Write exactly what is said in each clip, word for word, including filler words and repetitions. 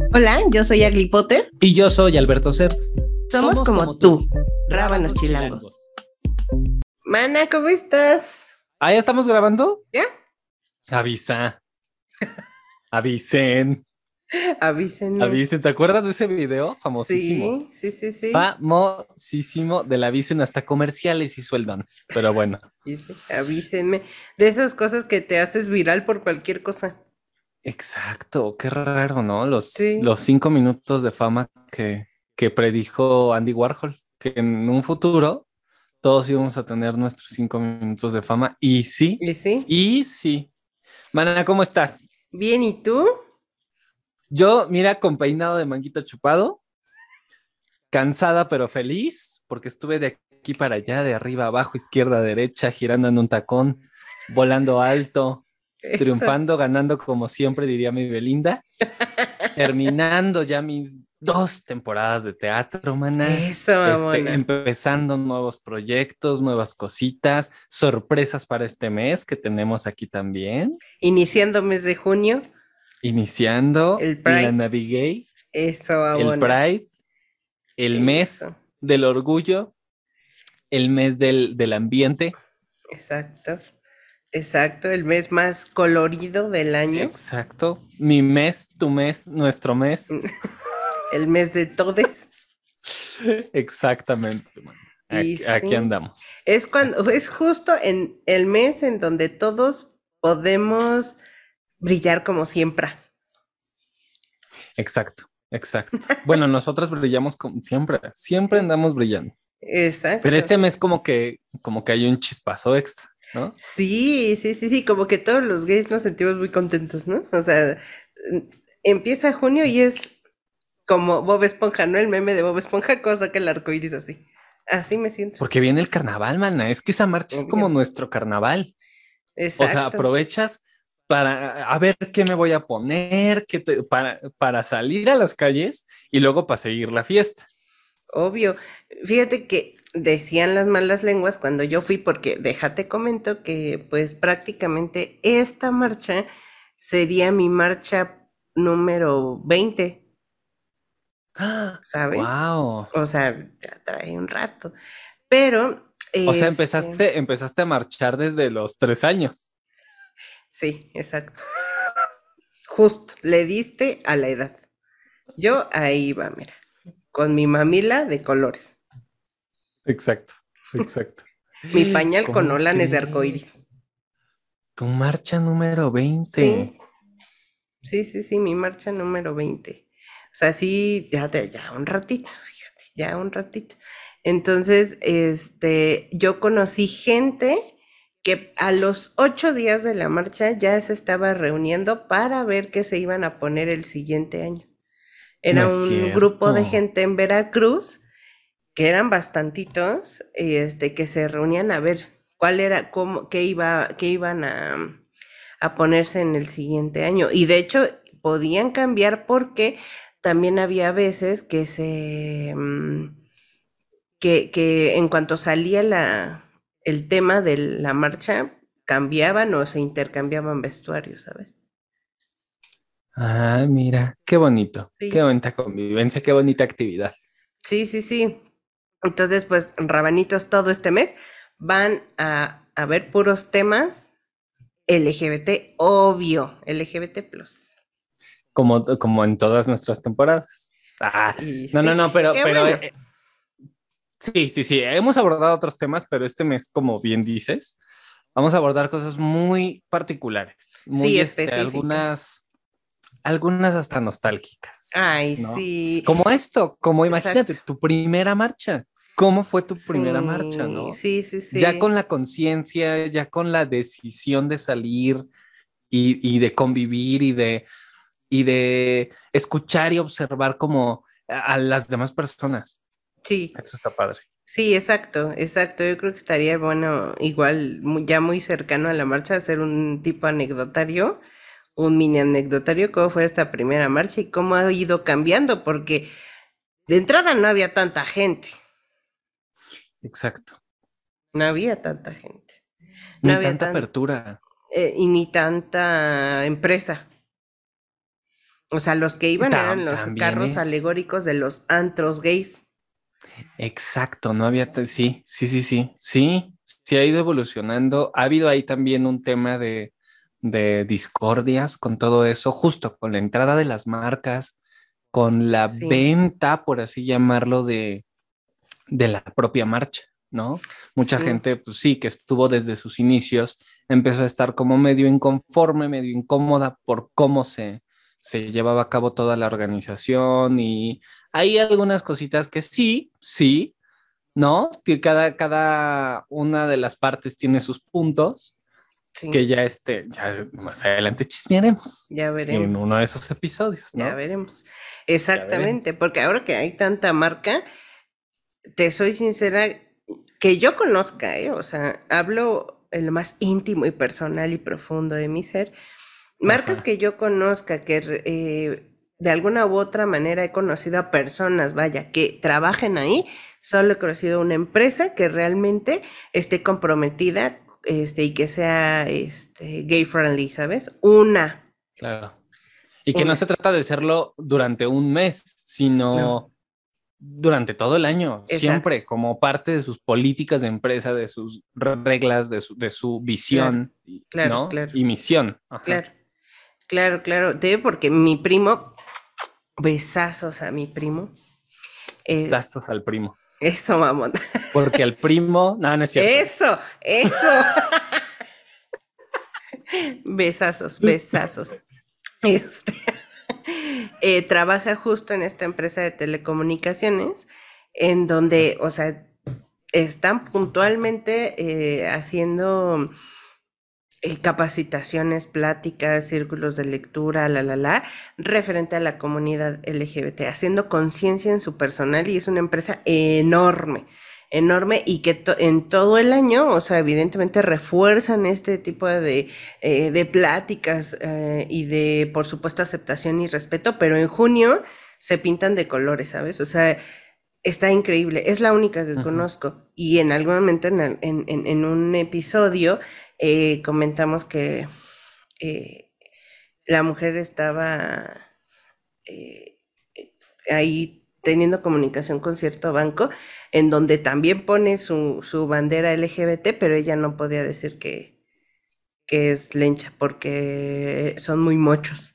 Hola, yo soy Agli Potter. Y yo soy Alberto Certs. Somos, Somos como, como tú, rábanos chilangos. chilangos. Mana, ¿cómo estás? ¿Ah, ya estamos grabando? ¿Ya? Avisa. Avisen. Avísenme. Avisen. ¿Te acuerdas de ese video? Famosísimo. Sí, sí, sí, sí. Famosísimo del avisen, hasta comerciales y sueldan. Pero bueno. Sí, sí, avísenme. De esas cosas que te haces viral por cualquier cosa. Exacto, qué raro, ¿no? Los, sí. los cinco minutos de fama que, que predijo Andy Warhol, que en un futuro todos íbamos a tener nuestros cinco minutos de fama. Y sí, ¿Y sí? y sí. Mana, ¿cómo estás? Bien, ¿y tú? Yo, mira, con peinado de manguito chupado, cansada pero feliz, porque estuve de aquí para allá, de arriba abajo, izquierda, derecha, girando en un tacón, volando alto, Eso. triunfando, ganando como siempre, diría mi Belinda, terminando ya mis dos temporadas de teatro, mana. Eso, mamona. Este, empezando nuevos proyectos, nuevas cositas, sorpresas para este mes que tenemos aquí también. Iniciando mes de junio. Iniciando el Pride. la Navigate. Eso, mamona. El Pride. El Eso. mes del orgullo, el mes del, del ambiente. Exacto, exacto, el mes más colorido del año. Exacto, mi mes, tu mes, nuestro mes. El mes de todes. Exactamente, man. Aquí, sí, aquí andamos. Es cuando, es justo en el mes en donde todos podemos brillar como siempre. Exacto. Exacto. Bueno, nosotros brillamos como siempre, siempre sí. andamos brillando. Exacto. Pero este mes como que, como que hay un chispazo extra, ¿no? Sí, sí, sí, sí, como que todos los gays nos sentimos muy contentos, ¿no? O sea, empieza junio y es como Bob Esponja, ¿no? El meme de Bob Esponja, cosa que el arco iris así. Así me siento. Porque viene el carnaval, mana. Es que esa marcha Obvio. es como nuestro carnaval. Exacto. O sea, aprovechas para a ver qué me voy a poner, qué te, para, para salir a las calles y luego para seguir la fiesta. Obvio. Fíjate que decían las malas lenguas cuando yo fui, porque déjate comento que pues prácticamente esta marcha sería mi marcha número veinte. ¿Sabes? Wow. O sea, ya trae un rato. Pero. O sea, empezaste, este... empezaste a marchar desde los tres años. Sí, exacto. Justo, le diste a la edad. Yo ahí iba, mira, con mi mamila de colores. Exacto, exacto. Mi pañal con olanes de arcoíris. Tu marcha número veinte. Sí. Sí, sí, sí, mi marcha número veinte. O sea, sí, ya, ya un ratito, fíjate, ya un ratito. Entonces, este, yo conocí gente que a los ocho días de la marcha ya se estaba reuniendo para ver qué se iban a poner el siguiente año. Era no un cierto. grupo de gente en Veracruz, que eran bastantitos, este, que se reunían a ver cuál era, cómo, qué iba, qué iban a, a ponerse en el siguiente año. Y de hecho, podían cambiar porque también había veces que se que, que en cuanto salía la el tema de la marcha, cambiaban o se intercambiaban vestuarios, ¿sabes? Ah, mira, qué bonito, sí. Qué bonita convivencia, qué bonita actividad. Sí, sí, sí. Entonces, pues, rabanitos todo este mes van a, a ver puros temas L G B T, obvio, L G B T plus. Como, como en todas nuestras temporadas. Ah, y no, sí. no, no, pero, pero bueno. eh, sí, sí, sí, hemos abordado otros temas, pero este mes, como bien dices, vamos a abordar cosas muy particulares, muy, sí, este, algunas, algunas hasta nostálgicas. Ay, ¿no? sí. Como esto, como imagínate, Exacto. tu primera marcha. ¿Cómo fue tu sí, primera marcha, no? Sí, sí, sí. Ya con la conciencia, ya con la decisión de salir y, y de convivir y de, y de escuchar y observar como a, a las demás personas. Sí. Eso está padre. Sí, exacto, exacto. Yo creo que estaría bueno, igual, muy, ya muy cercano a la marcha, hacer un tipo anecdotario, un mini anecdotario, cómo fue esta primera marcha y cómo ha ido cambiando, porque de entrada no había tanta gente. Exacto. No había tanta gente. No ni había tanta tan, apertura. Eh, y ni tanta empresa. O sea, los que iban Tam- eran los también carros es. alegóricos de los antros gays. Exacto, no había, te- sí, sí, sí, sí, sí, sí ha ido evolucionando. Ha habido ahí también un tema de, de discordias con todo eso, justo con la entrada de las marcas, con la Sí, venta, por así llamarlo, de, de la propia marcha, ¿no? Mucha sí, gente, pues sí, que estuvo desde sus inicios, empezó a estar como medio inconforme, medio incómoda por cómo se, se llevaba a cabo toda la organización y hay algunas cositas que sí, sí, ¿no? Que cada, cada una de las partes tiene sus puntos sí. que ya, este, ya más adelante chismearemos Ya en veremos, uno de esos episodios, ya ¿no? veremos. Ya Exactamente, veremos. porque ahora que hay tanta marca, te soy sincera, que yo conozca, ¿eh? O sea, hablo en lo más íntimo y personal y profundo de mi ser. Marcas Ajá, que yo conozca, que re- eh, de alguna u otra manera he conocido a personas, vaya, que trabajen ahí, solo he conocido una empresa que realmente esté comprometida, este, y que sea, este, gay friendly, ¿sabes? Una, claro. Y que no una, se trata de serlo durante un mes, no, sino durante todo el año, exacto, siempre como parte de sus políticas de empresa, de sus reglas, de su, de su claro, visión, claro, ¿no? claro, Y misión. Ajá. claro, claro, claro, de porque mi primo, besazos a mi primo, eh, Sastas al primo. eso, vamos, Porque al primo, no, no es cierto. eso, eso, besazos, besazos. Este, eh, trabaja justo en esta empresa de telecomunicaciones, en donde, o sea, están puntualmente eh, haciendo eh, capacitaciones, pláticas, círculos de lectura, la, la, la, referente a la comunidad L G B T, haciendo conciencia en su personal y es una empresa enorme, enorme y que to en todo el año, o sea, evidentemente refuerzan este tipo de, eh, de pláticas eh, y de, por supuesto, aceptación y respeto, pero en junio se pintan de colores, ¿sabes? O sea, está increíble, es la única que Ujú. conozco. Y en algún momento en, en, en, en un episodio eh, comentamos que eh, la mujer estaba eh, ahí teniendo comunicación con cierto banco, en donde también pone su, su bandera L G B T, pero ella no podía decir que, que es lencha porque son muy mochos.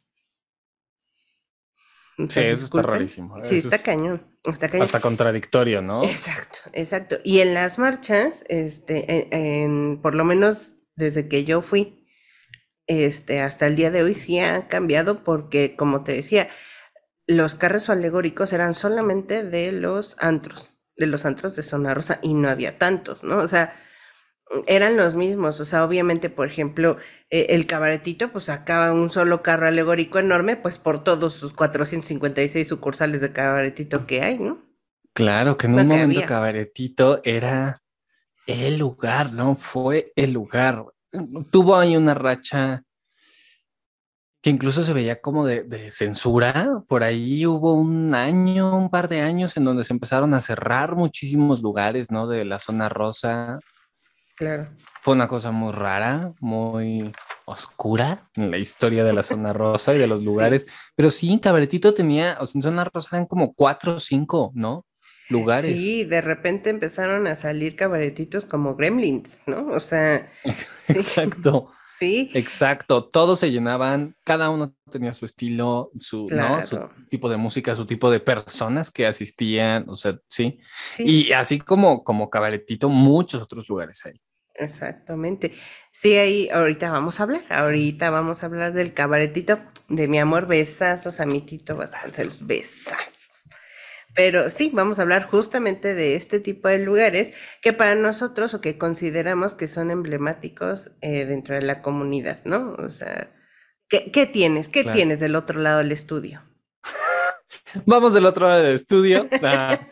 O Sí, sea, eso está disculpen. rarísimo. Sí, Eso está es cañón, está cañón. hasta contradictorio, ¿no? Exacto, exacto. Y en las marchas, este, en, en- por lo menos desde que yo fui, este, hasta el día de hoy sí ha cambiado porque, como te decía, los carros alegóricos eran solamente de los antros, de los antros de Zona Rosa y no había tantos, ¿no? O sea, eran los mismos. O sea, obviamente, por ejemplo, eh, el cabaretito, pues sacaba un solo carro alegórico enorme, pues por todos sus cuatrocientos cincuenta y seis sucursales de cabaretito que hay, ¿no? Claro que en un No que momento había. Cabaretito era el lugar, ¿no? Fue el lugar. Tuvo ahí una racha que incluso se veía como de, de censura. Por ahí hubo un año, un par de años en donde se empezaron a cerrar muchísimos lugares, ¿no? De la zona rosa. Claro. Fue una cosa muy rara, muy oscura en la historia de la zona rosa y de los Sí. lugares. Pero sí, Cabaretito tenía, o sea, en zona rosa eran como cuatro o cinco, ¿no? Lugares. Sí, de repente empezaron a salir cabaretitos como gremlins, ¿no? O sea, sí, Exacto. sí, Exacto, todos se llenaban, cada uno tenía su estilo, su, ¿no? Su claro, tipo de música, su tipo de personas que asistían, o sea, sí. sí, Y así como, como Cabaretito, muchos otros lugares hay. exactamente. Sí, ahí ahorita vamos a hablar, ahorita vamos a hablar del cabaretito de mi amor, besazos a mi Tito Besazo. Vasconcelos, besazos. Pero sí, vamos a hablar justamente de este tipo de lugares que para nosotros o que consideramos que son emblemáticos eh, dentro de la comunidad, ¿no? O sea, ¿qué, qué tienes? ¿Qué Claro. tienes del otro lado del estudio? Vamos del otro lado del estudio. Ah,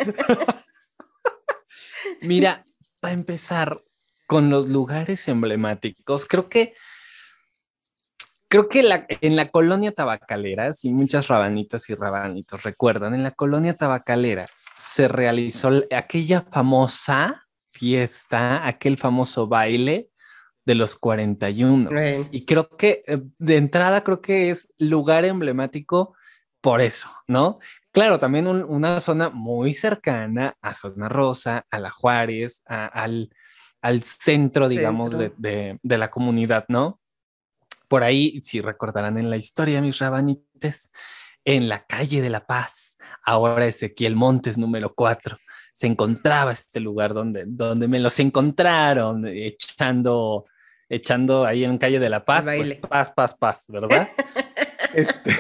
mira, para empezar con los lugares emblemáticos, creo que Creo que la, en la colonia tabacalera, si muchas rabanitas y rabanitos recuerdan, en la colonia tabacalera se realizó aquella famosa fiesta, aquel famoso baile de los cuarenta y uno. Bueno, Y creo que eh, de entrada creo que es lugar emblemático por eso, ¿no? Claro, también un- una zona muy cercana a Zona Rosa, a La Juárez, a- al, al centro, digamos, Centro. de, de- de la comunidad, ¿no? Por ahí, si recordarán en la historia, mis rabanites, en la calle de La Paz, ahora Ezequiel Montes número cuatro, se encontraba este lugar donde, donde me los encontraron echando, echando ahí en calle de La El Paz, pues baile. paz, paz, paz, ¿verdad? Este,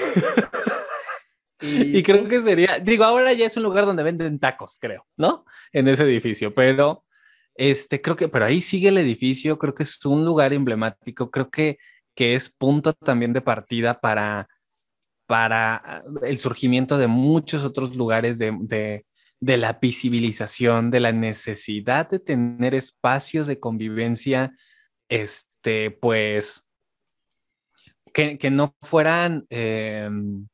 Y y creo sí, que sería, digo, ahora ya es un lugar donde venden tacos, creo, ¿no? En ese edificio, pero este, creo que, pero ahí sigue el edificio, creo que es un lugar emblemático, creo que, que es punto también de partida para, para el surgimiento de muchos otros lugares de, de, de la visibilización, de la necesidad de tener espacios de convivencia, este, pues, que, que no fueran eh,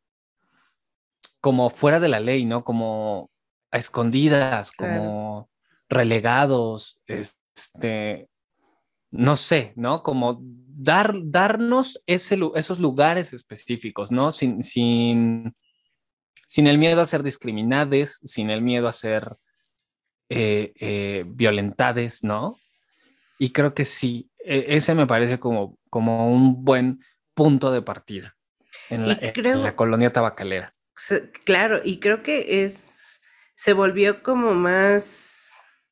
como fuera de la ley, ¿no? Como a escondidas, claro. como relegados, este, no sé, ¿no? Como dar, darnos ese, esos lugares específicos, ¿no? Sin, sin, sin el miedo a ser discriminadas, sin el miedo a ser eh, eh, violentades, ¿no? Y creo que sí, e- ese me parece como, como un buen punto de partida en la, Y en la creo, colonia tabacalera. se- claro, y creo que es, se volvió como más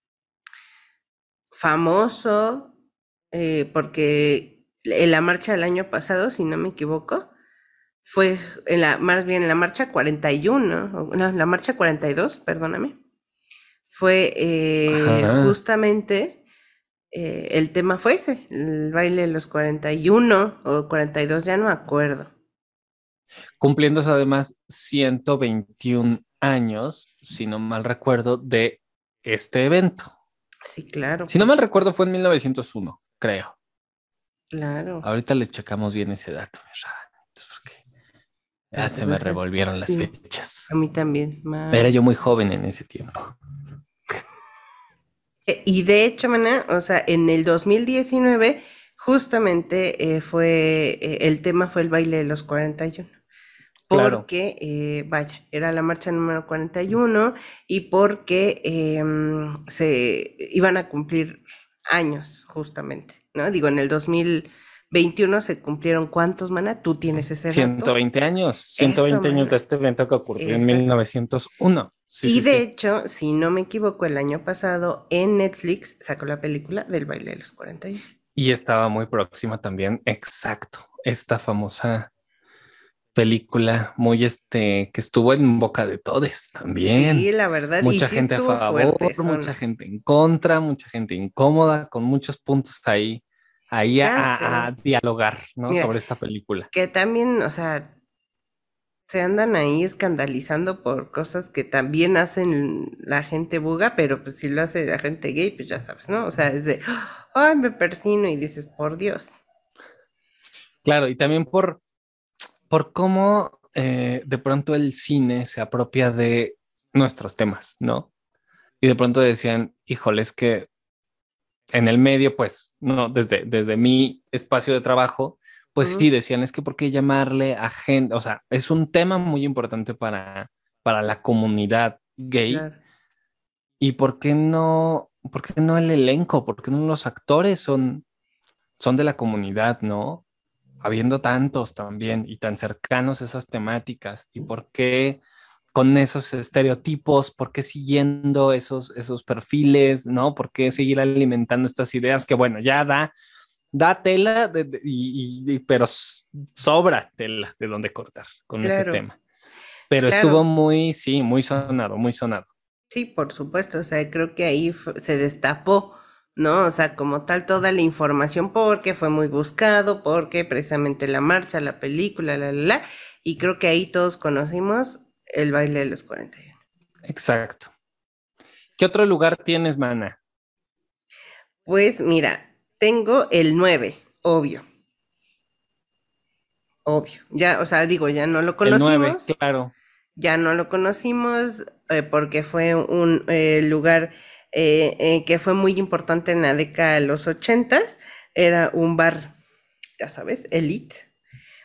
famoso, eh, porque en la marcha del año pasado, si no me equivoco, fue en la, más bien en la marcha cuarenta y uno, o no, la marcha cuarenta y dos, perdóname, fue eh, Ajá. justamente, eh, el tema fue ese, el baile de los cuarenta y uno o cuarenta y dos, ya no me acuerdo. Cumpliéndose además ciento veintiún años, si no mal recuerdo, de este evento. Sí, claro, Si no por mal recuerdo, supuesto, fue en mil novecientos uno, creo. claro. Ahorita les checamos bien ese dato, mi Rabanitos, porque ya Ah, se pero me deja- revolvieron las sí, a fechas. mí también, Era mal. yo muy joven en ese tiempo. Eh, Y de hecho, mana, o sea, en el dos mil diecinueve justamente, eh, fue, eh, el tema fue el baile de los cuarenta y uno, Claro, porque, eh, vaya, era la marcha número cuarenta y uno y porque em, se iban a cumplir años, justamente, ¿no? Digo, en el dos mil veintiuno se cumplieron ¿cuántos, mana? ¿Tú tienes ese ciento dato? veinte años, ciento Eso, veinte años de mana, este evento que ocurrió en exacto. mil novecientos uno. Sí, Y sí, de sí. hecho, si no me equivoco, el año pasado en Netflix sacó la película del baile de los cuarenta y uno. Y estaba muy próxima también, exacto, esta famosa película muy este que estuvo en boca de todos Sí, también. la verdad, y Mucha sí gente a estuvo favor, fuerte, mucha son, gente en contra, mucha gente incómoda, con muchos puntos ahí, ahí a, ya a- a sé. dialogar, ¿no? Mira, Sobre esta película. que también, o sea, se andan ahí escandalizando por cosas que también hacen la gente buga, pero pues si lo hace la gente gay, pues ya sabes, ¿no? O sea, es de, ay, me persino y dices, por Dios. Claro, y también por, por cómo eh, de pronto el cine se apropia de nuestros temas, ¿no? Y de pronto decían, híjole, es que en el medio, pues, no, desde, desde mi espacio de trabajo, pues Ujú, sí, decían, es que ¿por qué llamarle a gente? O sea, es un tema muy importante para, para la comunidad gay. claro, ¿Y por qué no, por qué no el elenco? ¿Por qué no los actores son, son de la comunidad, ¿no? Habiendo tantos también y tan cercanos a esas temáticas. ¿Y por qué con esos estereotipos? ¿Por qué siguiendo esos, esos perfiles? ¿No? ¿Por qué seguir alimentando estas ideas que, bueno, ya da da tela de, de, y, y, pero sobra tela de donde cortar con ese claro, tema. Pero estuvo claro. muy, sí, muy sonado, muy sonado. Sí, por supuesto, o sea, creo que ahí fu- se destapó, ¿no? O sea, como tal, toda la información, porque fue muy buscado, porque precisamente la marcha, la película, la, la, la, y creo que ahí todos conocimos el baile de los cuarenta y uno. Exacto. ¿Qué otro lugar tienes, mana? Pues mira, tengo el nueve, obvio, obvio. Ya, o sea, digo, ya no lo El nueve, conocimos, claro. ya no lo conocimos, eh, porque fue un eh, lugar, eh, eh, que fue muy importante en la década de los ochentas, era un bar, ya sabes, elite,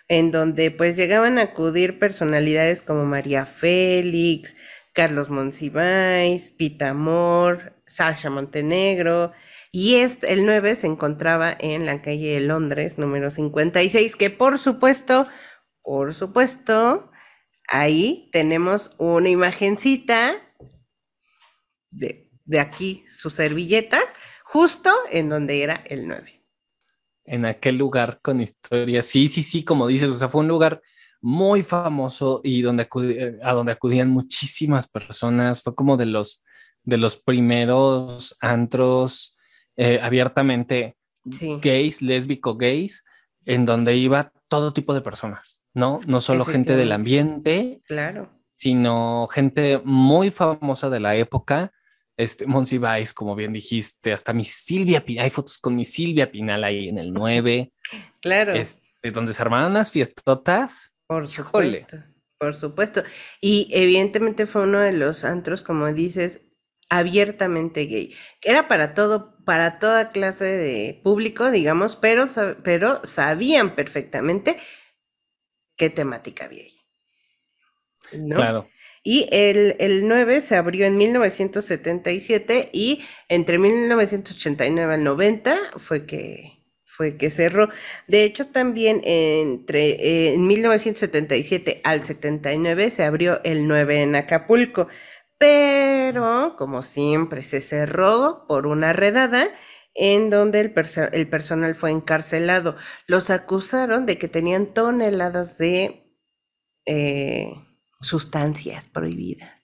en donde pues llegaban a acudir personalidades como María Félix, Carlos Monsiváis, Pita Amor, Sasha Montenegro, y este, el nueve se encontraba en la calle de Londres, número cincuenta y seis, que por supuesto, por supuesto, ahí tenemos una imagencita de, de aquí, sus servilletas, justo en donde era el nueve. En aquel lugar con historia. Sí, sí, sí, como dices, o sea, fue un lugar muy famoso y donde acudi- a donde acudían muchísimas personas. Fue como de los, de los primeros antros eh, abiertamente Sí, gays, lésbico gays, en donde iba todo tipo de personas, ¿no? No solo gente del efectivamente, ambiente, claro. sino gente muy famosa de la época. Este, Monsiváis, como bien dijiste, hasta mi Silvia Pinal, hay fotos con mi Silvia Pinal ahí en el nueve, Claro, este, donde se armaban las fiestotas. por Híjole, supuesto, por supuesto. Y evidentemente fue uno de los antros, como dices, abiertamente gay, que era para todo, para toda clase de público, digamos, pero, sa- pero sabían perfectamente qué temática había ahí, ¿no? claro, Y el, el nueve se abrió en mil novecientos setenta y siete y entre mil novecientos ochenta y nueve al noventa fue que, fue que cerró. De hecho, también entre eh, en mil novecientos setenta y siete al setenta y nueve se abrió el nueve en Acapulco, pero como siempre se cerró por una redada en donde el, perso- el personal fue encarcelado. Los acusaron de que tenían toneladas de eh, sustancias prohibidas.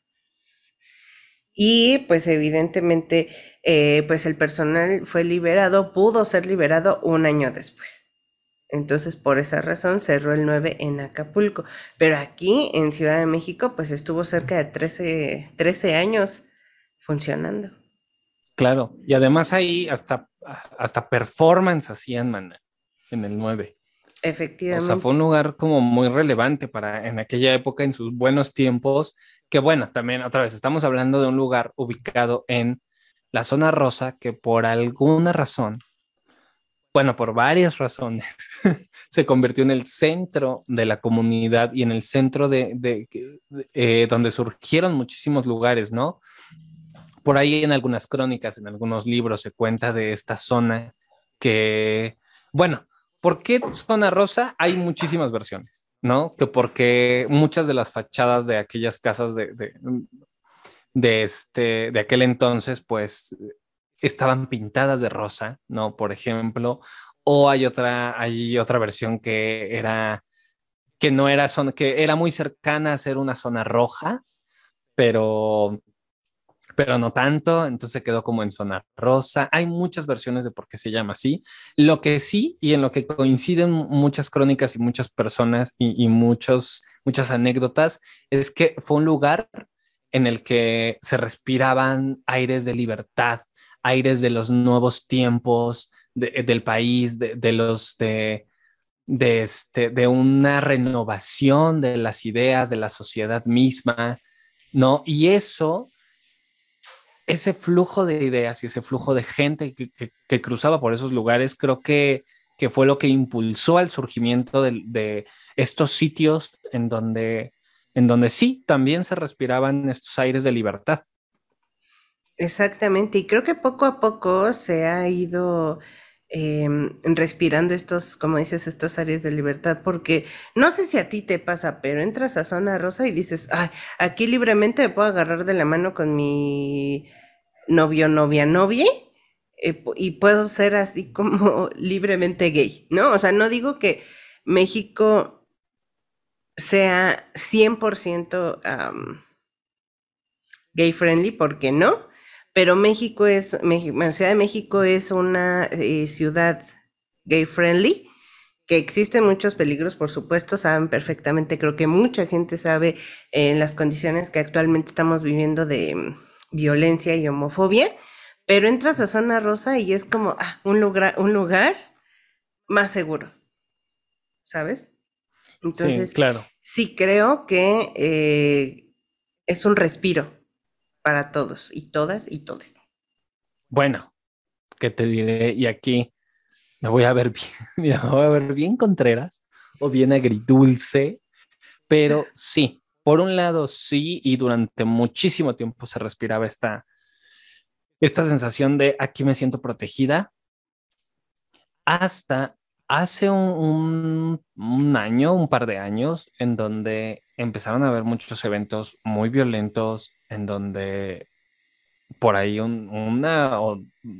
Y pues evidentemente, eh, pues el personal fue liberado, pudo ser liberado un año después. Entonces, por esa razón cerró el nueve en Acapulco. Pero aquí en Ciudad de México, pues estuvo cerca de trece trece años funcionando. claro. Y además ahí hasta, hasta performance hacían, man, en el nueve. O sea, fue un Efectivamente. lugar como muy relevante para en aquella época, en sus buenos tiempos, que bueno, también otra vez estamos hablando de un lugar ubicado en la zona rosa que por alguna razón, bueno, por varias razones, se convirtió en el centro de la comunidad y en el centro de, de, de eh, donde surgieron muchísimos lugares, ¿no? Por ahí en algunas crónicas, en algunos libros se cuenta de esta zona que, bueno, ¿por qué zona rosa? Hay muchísimas versiones, ¿no? Que porque muchas de las fachadas de aquellas casas de, de, de este, de aquel entonces, pues estaban pintadas de rosa, ¿no? Por ejemplo, o hay otra, hay otra versión que era, que no era zona, que era muy cercana a ser una zona roja, pero pero no tanto, entonces quedó como en zona rosa. Hay muchas versiones de por qué se llama así. Lo que sí, y en lo que coinciden muchas crónicas y muchas personas y, y muchos, muchas anécdotas, es que fue un lugar en el que se respiraban aires de libertad, aires de los nuevos tiempos de, del país, de, de los de, de, este, de una renovación de las ideas, de la sociedad misma, ¿no? Y eso ese flujo de ideas y ese flujo de gente que, que, que cruzaba por esos lugares, creo que, que, fue lo que impulsó al surgimiento de, de estos sitios en donde, en donde sí, también se respiraban estos aires de libertad. Exactamente, y creo que poco a poco se ha ido em, respirando estos, como dices, estos áreas de libertad, porque no sé si a ti te pasa, pero entras a zona rosa y dices, ay, aquí libremente me puedo agarrar de la mano con mi novio, novia, novia, eh, pu- y puedo ser así como libremente gay, ¿no? O sea, no digo que México sea cien por ciento am, gay friendly, porque no, pero México es, México, bueno, Ciudad de México es una eh, ciudad gay friendly, que existen muchos peligros, por supuesto, saben perfectamente, creo que mucha gente sabe en eh, las condiciones que actualmente estamos viviendo de mm, violencia y homofobia, pero entras a zona rosa y es como ah, un lugar, un lugar más seguro, ¿sabes? Sí, Entonces, claro. sí creo que eh, es un respiro para todos y todas y todos. Bueno, ¿qué te diré? Y aquí me voy a ver bien, mira, me voy a ver bien Contreras, o bien agridulce, pero sí, por un lado sí, y durante muchísimo tiempo se respiraba esta, esta sensación de aquí me siento protegida, hasta hace un, un, un año, un par de años, en donde empezaron a haber muchos eventos muy violentos, en donde por ahí un, una o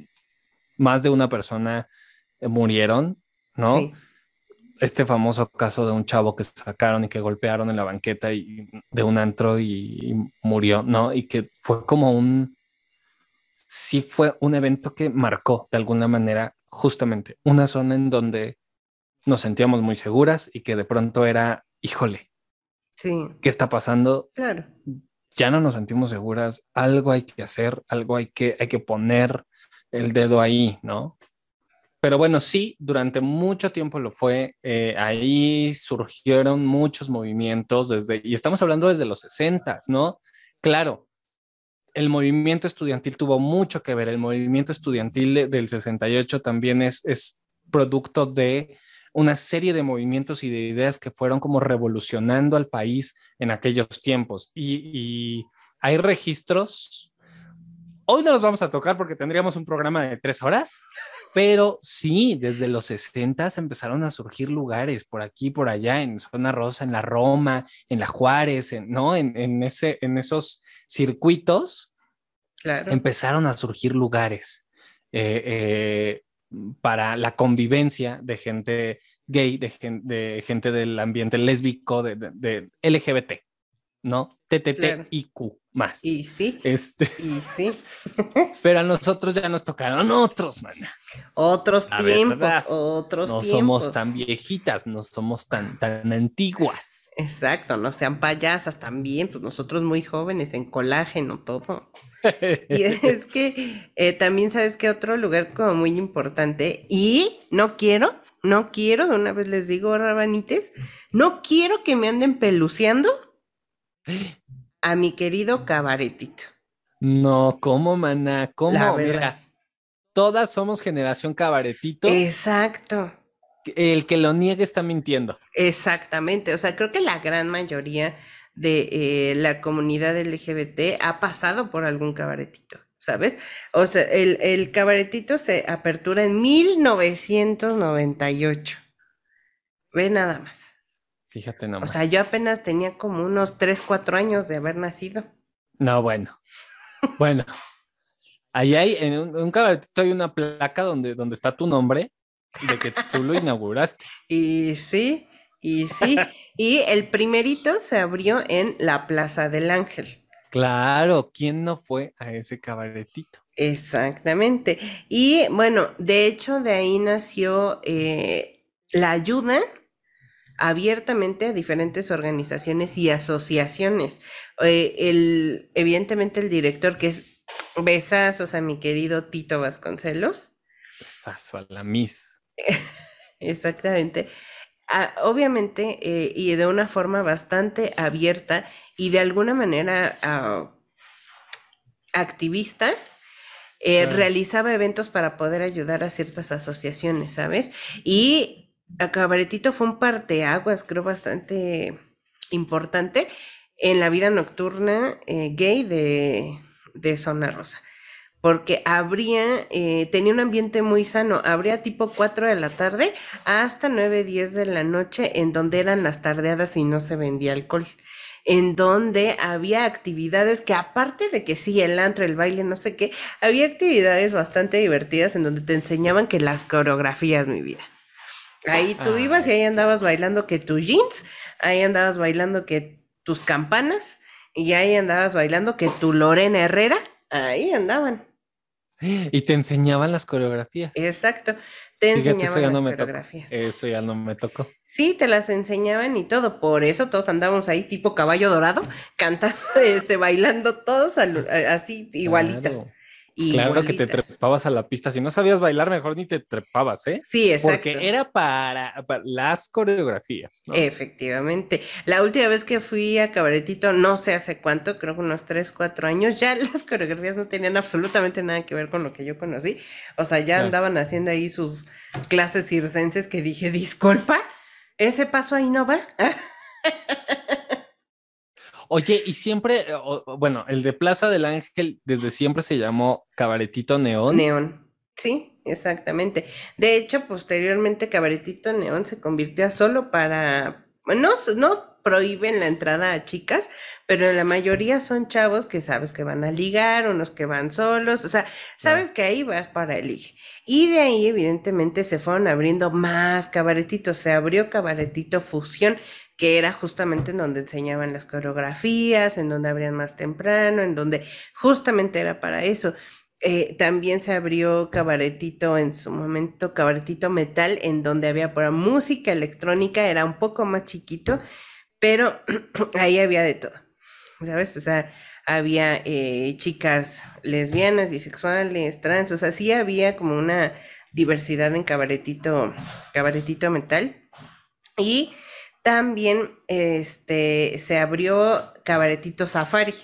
más de una persona murieron, ¿no? Sí, Este famoso caso de un chavo que sacaron y que golpearon en la banqueta y, de un antro y, y murió, ¿no? Y que fue como un, sí fue un evento que marcó de alguna manera justamente una zona en donde nos sentíamos muy seguras y que de pronto era, híjole, sí, ¿qué está pasando? claro. Ya no nos sentimos seguras, algo hay que hacer, algo hay que, hay que poner el dedo ahí, ¿no? Pero bueno, sí, durante mucho tiempo lo fue. Eh, ahí surgieron muchos movimientos desde, y estamos hablando desde los sesentas, ¿no? Claro, el movimiento estudiantil tuvo mucho que ver. El movimiento estudiantil de, del sesenta y ocho también es, es producto de una serie de movimientos y de ideas que fueron como revolucionando al país en aquellos tiempos. Y, y hay registros. Hoy no los vamos a tocar porque tendríamos un programa de tres horas, pero sí, desde los sesenta empezaron a surgir lugares por aquí, por allá, en Zona Rosa, en la Roma, en la Juárez, en, ¿no? En, en, ese, en esos circuitos Claro, empezaron a surgir lugares eh, eh, para la convivencia de gente gay, de, gen, de gente del ambiente lésbico, de, de, de L G B T, ¿no? claro. T T T I Q más. Y sí, Este, y sí. pero a nosotros ya nos tocaron otros, mana. Otros La tiempos, verdad, otros no somos tiempos. tan viejitas, no somos tan, tan antiguas. Exacto, no sean payasas también, pues nosotros muy jóvenes en colágeno, todo. Y es que eh, también sabes que otro lugar como muy importante, y no quiero, no quiero, de una vez les digo, rabanites, no quiero que me anden peluceando a mi querido cabaretito, No, ¿cómo, mana? la ¿Cómo? verdad. Mira, todas somos generación cabaretito. Exacto, El que lo niegue está mintiendo. exactamente. O sea, creo que la gran mayoría de eh, la comunidad L G B T ha pasado por algún cabaretito, ¿sabes? O sea, el, el cabaretito se apertura en mil novecientos noventa y ocho. Ve nada más. Fíjate O sea, yo nomás. apenas tenía como unos tres cuatro años de haber nacido. No, bueno. Bueno, ahí hay, en un, un cabaretito hay una placa donde, donde está tu nombre de que tú lo inauguraste. Y sí, y sí. Y el primerito se abrió en la Plaza del Ángel. Claro, ¿quién no fue a ese cabaretito? Exactamente. Y bueno, de hecho de ahí nació eh, la ayuda abiertamente a diferentes organizaciones y asociaciones. Eh, el, evidentemente el director, que es besazos a mi querido Tito Vasconcelos. Besazo a la Miss. Exactamente. Ah, obviamente, eh, y de una forma bastante abierta y de alguna manera ah, activista, eh, Claro. realizaba eventos para poder ayudar a ciertas asociaciones, ¿sabes? Y a Cabaretito fue un parteaguas, creo, bastante importante en la vida nocturna eh, gay de, de Zona Rosa. Porque habría, eh, tenía un ambiente muy sano, habría tipo cuatro de la tarde hasta nueve diez de la noche, en donde eran las tardeadas y no se vendía alcohol, en donde había actividades que aparte de que sí, el antro, el baile, no sé qué, había actividades bastante divertidas en donde te enseñaban que las coreografías, mi vida. Ahí tú ibas y Ay, ahí qué andabas bonito. bailando que tus jeans, ahí andabas bailando que tus campanas, y ahí andabas bailando que tu Lorena Herrera, ahí andaban. Y te enseñaban las coreografías. Exacto, te Fíjate, eso enseñaban ya no las me tocó. coreografías. Eso ya no me tocó. Sí, te las enseñaban y todo, por eso todos andábamos ahí tipo caballo dorado, cantando, este, bailando todos al- así igualitas, Claro. Claro que te igualitas. trepabas a la pista. Si no sabías bailar, mejor ni te trepabas, ¿eh? Sí, Porque exacto. era para, para las coreografías, ¿no? Efectivamente. La última vez que fui a Cabaretito, no sé hace cuánto, creo que unos tres, cuatro años, ya las coreografías no tenían absolutamente nada que ver con lo que yo conocí. O sea, ya Claro. andaban haciendo ahí sus clases circenses que dije, disculpa. Ese paso ahí no va. Oye, y siempre, eh, o- o, bueno, el de Plaza del Ángel desde siempre se llamó Cabaretito Neón. Neón. Sí, exactamente. De hecho, posteriormente Cabaretito Neón se convirtió a solo para, no, no prohíben la entrada a chicas, pero la mayoría son chavos que sabes que van a ligar, unos que van solos, o sea, Claro. sabes que ahí vas para el ligue. Y de ahí, evidentemente, se fueron abriendo más cabaretitos. Se abrió Cabaretito Fusión, que era justamente en donde enseñaban las coreografías, en donde abrían más temprano, en donde justamente era para eso. Eh, también se abrió Cabaretito en su momento, Cabaretito Metal, en donde había para música electrónica, era un poco más chiquito, pero ahí había de todo, ¿sabes? O sea, había eh, chicas lesbianas, bisexuales, trans, o sea, sí había como una diversidad en Cabaretito, Cabaretito Metal. Y también este, se abrió Cabaretito Safari,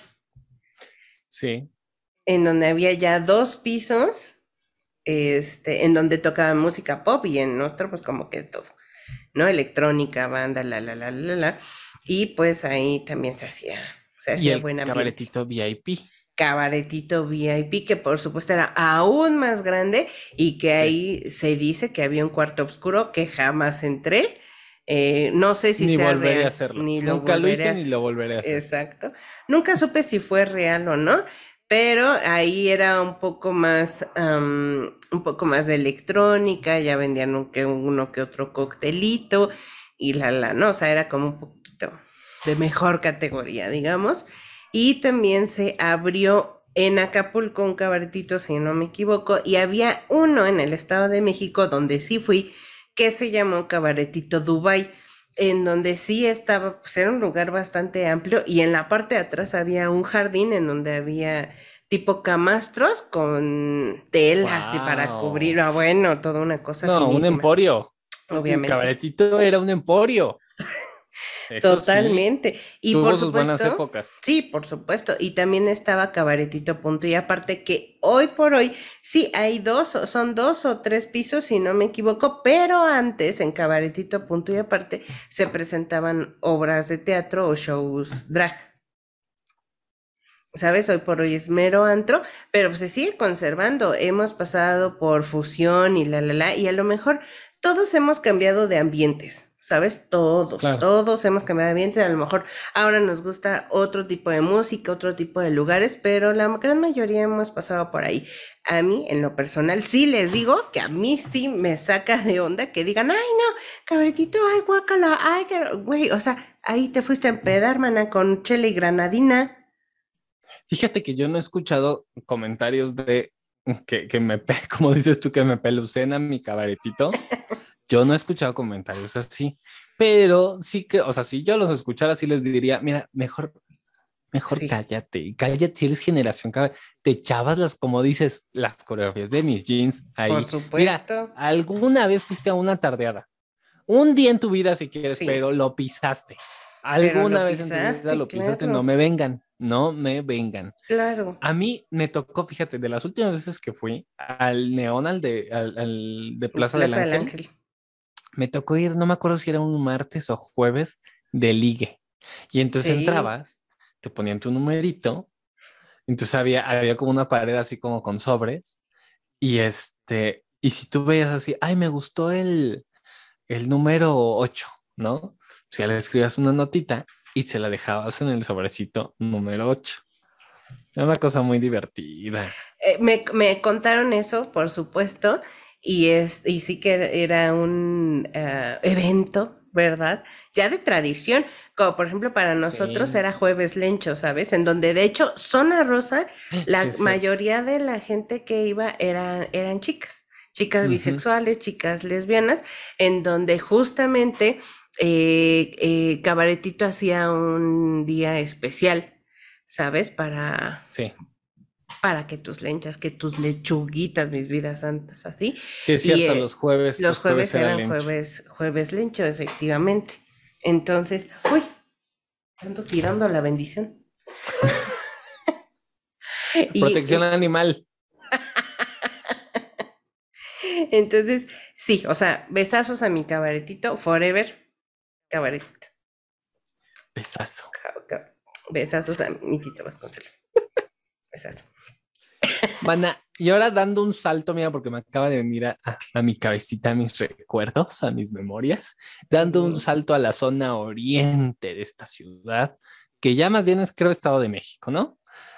Sí. en donde había ya dos pisos este, en donde tocaban música pop y en otro pues como que todo, ¿no? Electrónica, banda, la, la, la, la, la. Y pues ahí también se hacía, se Y hacía el buen ambiente. Cabaretito V I P. Cabaretito V I P, que por supuesto era aún más grande y que Sí. ahí se dice que había un cuarto oscuro que jamás entré. Eh, no sé si Ni sea volveré a real, hacerlo. ni lo Nunca lo volveré a hice ni hacer. lo volveré a hacer. Exacto. Nunca supe si fue real o no, pero ahí era un poco más, um, un poco más de electrónica, ya vendían un, que uno que otro coctelito y la la, no, o sea, era como un poquito de mejor categoría, digamos. Y también se abrió en Acapulco un cabaretito, si no me equivoco, y había uno en el Estado de México donde sí fui, que se llamó Cabaretito Dubai, en donde sí estaba, pues era un lugar bastante amplio y en la parte de atrás había un jardín en donde había tipo camastros con telas y para cubrir, ¡Wow! ah, bueno, toda una cosa No, un finísima, emporio. El obviamente. Cabaretito era un emporio. Eso sí, Totalmente. Y por tuvo sus buenas supuesto, épocas. sí, por supuesto. Y también estaba Cabaretito Punto y aparte que hoy por hoy, sí, hay dos, o- son dos o tres pisos, si no me equivoco, pero antes en Cabaretito Punto y aparte se presentaban obras de teatro o shows drag. ¿Sabes? Hoy por hoy es mero antro, pero pues se sigue conservando. Hemos pasado por fusión y la, la, la, y a lo mejor todos hemos cambiado de ambientes, ¿sabes? Todos, Claro. todos hemos cambiado de ambientes. A lo mejor ahora nos gusta otro tipo de música, otro tipo de lugares, pero la gran mayoría hemos pasado por ahí. A mí, en lo personal, sí les digo que a mí sí me saca de onda que digan, ay, no, cabritito, ay, guácala, ay, güey, o sea, ahí te fuiste a empedar, mana, con chela y granadina. Fíjate que yo no he escuchado comentarios de que, que me, pe- como dices tú, que me pelucena mi cabaretito. Yo no he escuchado comentarios así, pero sí que, o sea, si yo los escuchara, sí les diría, mira, mejor, mejor Sí, cállate, cállate, si eres generación, cab- te echabas las, como dices, las coreografías de mis jeans por ahí. Mira, supuesto. alguna vez fuiste a una tardeada, un día en tu vida si quieres, Sí, pero lo pisaste. pero Alguna lo vez en tu vida pisaste, lo pisaste, no me claro, vengan, no me vengan. claro. A mí me tocó, fíjate, de las últimas veces que fui al Neón, al de, al, al de En Plaza del Plaza del Ángel, Ángel. me tocó ir, no me acuerdo si era un martes o jueves de ligue. Y entonces Sí, entrabas, te ponían tu numerito, entonces había, había como una pared así como con sobres, y este, y si tú veías así, ay, me gustó el, el número ocho, ¿no? O sea, le escribías una notita y se la dejabas en el sobrecito número ocho. Era una cosa muy divertida. eh, me, me contaron eso, por supuesto, y, es, y sí que era era un eh, evento, ¿verdad? Ya de tradición, como por ejemplo para nosotros Sí, era Jueves Lencho, ¿sabes? En donde de hecho Zona Rosa, sí la es cierto. mayoría de la gente que iba eran, eran chicas, chicas Ujú. bisexuales, chicas lesbianas, en donde justamente eh, eh, Cabaretito hacía un día especial, ¿sabes? Para, Sí, para que tus lenchas, que tus lechuguitas, mis vidas santas, así. sí es Y cierto, los eh, jueves, los los jueves jueves era eran lencho. jueves, jueves lencho, efectivamente. Entonces, uy, ando tirando la bendición. Y Protección animal. entonces, sí, o sea, besazos a mi cabaretito, forever. cabaretito. Besazo. Besazos a mi Tito Vasconcelos. Besazo. Mana, y ahora dando un salto, mira, porque me acaba de venir a, a, a mi cabecita, a mis recuerdos, a mis memorias, dando un Sí. salto a la zona oriente de esta ciudad, que ya más bien es, creo, Estado de México, ¿no?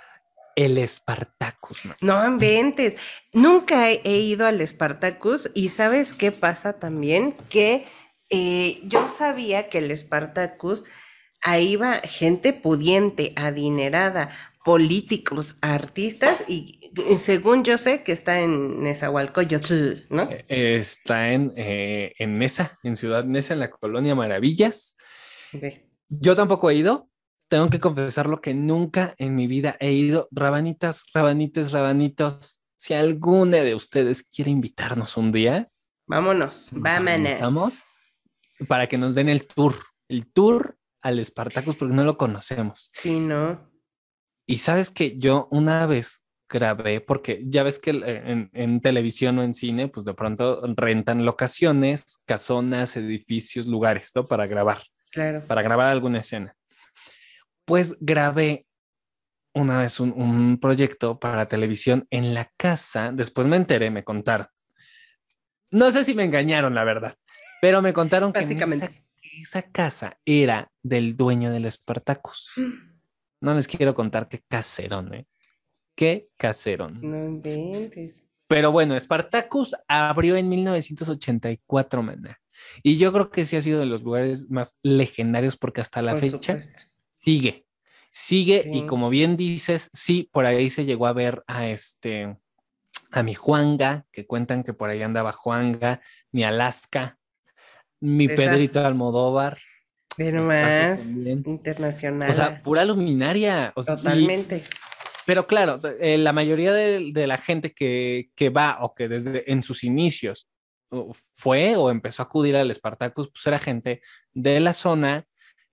El Spartacus, man. No inventes. Nunca he, he ido al Spartacus y ¿sabes qué pasa también? Que eh, yo sabía que el Spartacus, ahí va gente pudiente, adinerada, políticos, artistas y, y según yo sé que está en Nezahualcóyotl, ¿no? Eh, Está en, eh, en Nesa, en Ciudad Nesa, en la colonia Maravillas. Ve. Yo tampoco he ido. Tengo que confesarlo que nunca en mi vida he ido. Rabanitas, rabanites, rabanitos. Si alguna de ustedes quiere invitarnos un día, Vámonos, nos vámonos. organizamos para que nos den el tour, el tour al Spartacus, porque no lo conocemos. Sí, no. Y sabes que yo una vez grabé, porque ya ves que en, en televisión o en cine, pues de pronto rentan locaciones, casonas, edificios, lugares, ¿no? Para grabar, Claro. para grabar alguna escena. Pues grabé una vez un, un proyecto para televisión en la casa, después me enteré, me contaron. No sé si me engañaron, la verdad, pero me contaron que en esa, Básicamente. esa casa era del dueño del Spartacus. No les quiero contar qué caserón, ¿eh? Qué caserón. No inventes. Pero bueno, Spartacus abrió en mil novecientos ochenta y cuatro, maná. Y yo creo que sí ha sido de los lugares más legendarios porque hasta la Por fecha supuesto. sigue, sigue y Sí. como bien dices, sí, por ahí se llegó a ver a este, a mi Juanga, que cuentan que por ahí andaba Juanga, mi Alaska, mi Pedrito Besazos. Almodóvar, Ve besazos nomás. también. O sea, Internacional. pura luminaria. O sea, y, Totalmente. pero claro, eh, la mayoría de, de la gente que, que va o que desde en sus inicios uh, fue o empezó a acudir al Spartacus, pues era gente de la zona,